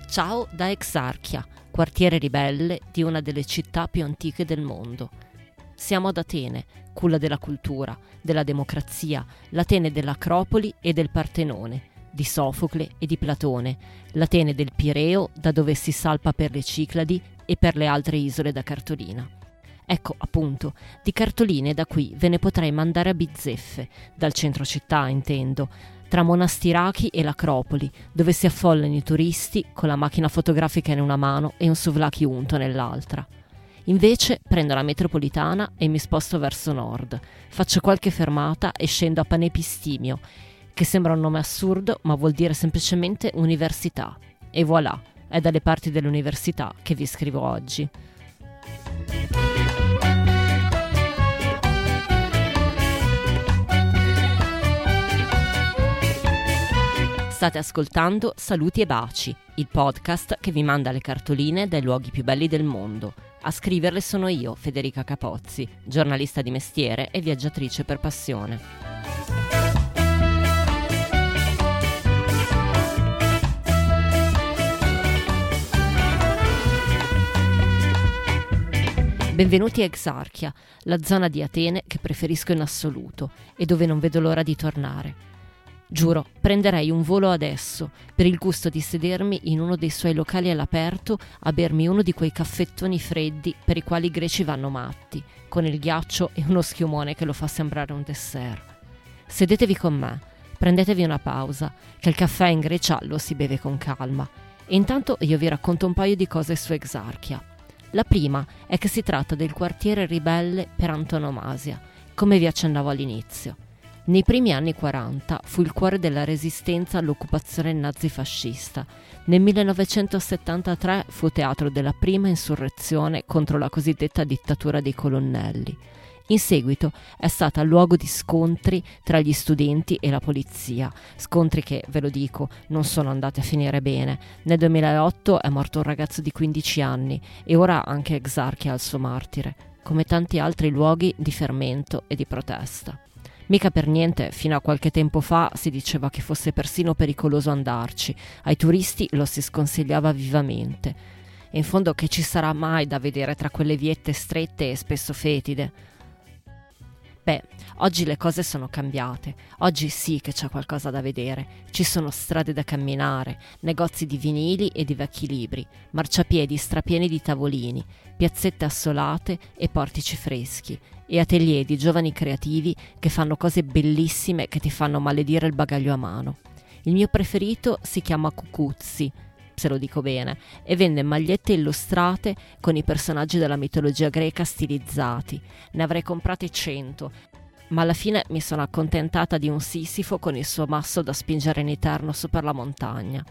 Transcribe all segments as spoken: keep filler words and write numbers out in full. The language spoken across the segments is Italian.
Ciao da Exarchia, quartiere ribelle di una delle città più antiche del mondo. Siamo ad Atene, culla della cultura, della democrazia, l'Atene dell'Acropoli e del Partenone, di Sofocle e di Platone, l'Atene del Pireo da dove si salpa per le Cicladi e per le altre isole da cartolina. Ecco, appunto, di cartoline da qui ve ne potrei mandare a bizzeffe, dal centro città intendo, tra Monastirachi e l'Acropoli, dove si affollano i turisti con la macchina fotografica in una mano e un souvlaki unto nell'altra. Invece prendo la metropolitana e mi sposto verso nord, faccio qualche fermata e scendo a Panepistimio, che sembra un nome assurdo ma vuol dire semplicemente università. E voilà, è dalle parti dell'università che vi scrivo oggi. State ascoltando Saluti e Baci, il podcast che vi manda le cartoline dai luoghi più belli del mondo. A scriverle sono io, Federica Capozzi, giornalista di mestiere e viaggiatrice per passione. Benvenuti a Exarchia, la zona di Atene che preferisco in assoluto e dove non vedo l'ora di tornare. Giuro, prenderei un volo adesso, per il gusto di sedermi in uno dei suoi locali all'aperto a bermi uno di quei caffettoni freddi per i quali i greci vanno matti, con il ghiaccio e uno schiumone che lo fa sembrare un dessert. Sedetevi con me, prendetevi una pausa, che il caffè in Grecia lo si beve con calma, e intanto io vi racconto un paio di cose su Exarchia. La prima è che si tratta del quartiere ribelle per antonomasia, come vi accennavo all'inizio. Nei primi anni quaranta fu il cuore della resistenza all'occupazione nazifascista. Nel millenovecentosettantatré fu teatro della prima insurrezione contro la cosiddetta dittatura dei colonnelli. In seguito è stata luogo di scontri tra gli studenti e la polizia, scontri che, ve lo dico, non sono andati a finire bene. Nel duemilaotto è morto un ragazzo di quindici anni e ora anche Exarchia ha il suo martire, come tanti altri luoghi di fermento e di protesta. Mica per niente, fino a qualche tempo fa si diceva che fosse persino pericoloso andarci, ai turisti lo si sconsigliava vivamente. E in fondo che ci sarà mai da vedere tra quelle viette strette e spesso fetide? Beh, oggi le cose sono cambiate, oggi sì che c'è qualcosa da vedere, ci sono strade da camminare, negozi di vinili e di vecchi libri, marciapiedi strapieni di tavolini, piazzette assolate e portici freschi, e atelier di giovani creativi che fanno cose bellissime che ti fanno maledire il bagaglio a mano. Il mio preferito si chiama Cucuzzi, se lo dico bene, e vende magliette illustrate con i personaggi della mitologia greca stilizzati. Ne avrei comprati cento, ma alla fine mi sono accontentata di un Sisifo con il suo masso da spingere in eterno su per la montagna.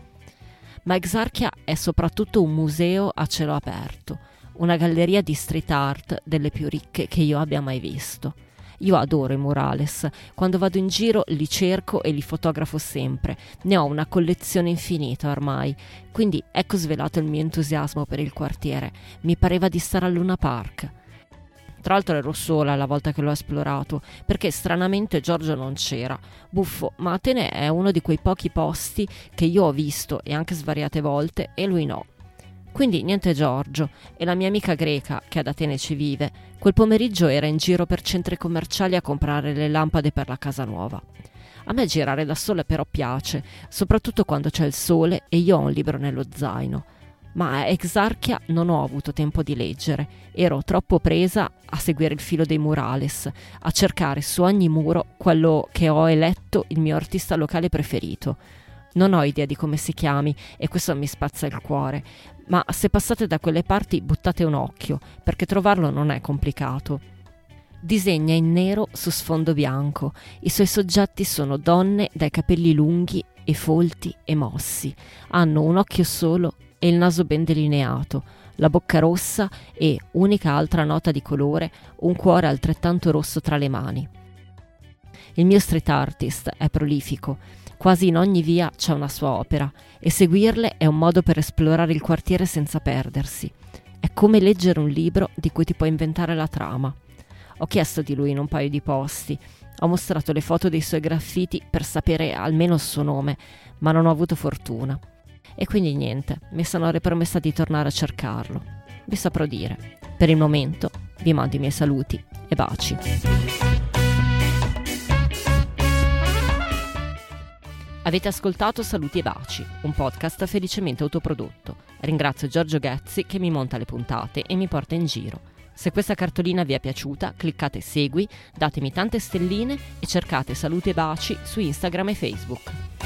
Ma Exarchia è soprattutto un museo a cielo aperto, una galleria di street art delle più ricche che io abbia mai visto. Io adoro i murales, quando vado in giro li cerco e li fotografo sempre, ne ho una collezione infinita ormai, quindi ecco svelato il mio entusiasmo per il quartiere, mi pareva di stare al Luna Park. Tra l'altro ero sola la volta che l'ho esplorato, perché stranamente Giorgio non c'era. Buffo, ma Atene è uno di quei pochi posti che io ho visto e anche svariate volte e lui no. Quindi niente Giorgio, e la mia amica greca, che ad Atene ci vive, quel pomeriggio era in giro per centri commerciali a comprare le lampade per la casa nuova. A me girare da sola però piace, soprattutto quando c'è il sole e io ho un libro nello zaino. Ma a Exarchia non ho avuto tempo di leggere, ero troppo presa a seguire il filo dei murales, a cercare su ogni muro quello che ho eletto il mio artista locale preferito. Non ho idea di come si chiami e questo mi spazza il cuore, ma se passate da quelle parti buttate un occhio, perché trovarlo non è complicato. Disegna in nero su sfondo bianco, i suoi soggetti sono donne dai capelli lunghi e folti e mossi, hanno un occhio solo e il naso ben delineato, la bocca rossa e, unica altra nota di colore, un cuore altrettanto rosso tra le mani. Il mio street artist è prolifico, quasi in ogni via c'è una sua opera e seguirle è un modo per esplorare il quartiere senza perdersi. È come leggere un libro di cui ti puoi inventare la trama. Ho chiesto di lui in un paio di posti, ho mostrato le foto dei suoi graffiti per sapere almeno il suo nome, ma non ho avuto fortuna. E quindi niente, mi sono ripromessa di tornare a cercarlo. Vi saprò dire. Per il momento vi mando i miei saluti e baci. Avete ascoltato Saluti e Baci, un podcast felicemente autoprodotto. Ringrazio Giorgio Ghezzi che mi monta le puntate e mi porta in giro. Se questa cartolina vi è piaciuta, cliccate segui, datemi tante stelline e cercate Saluti e Baci su Instagram e Facebook.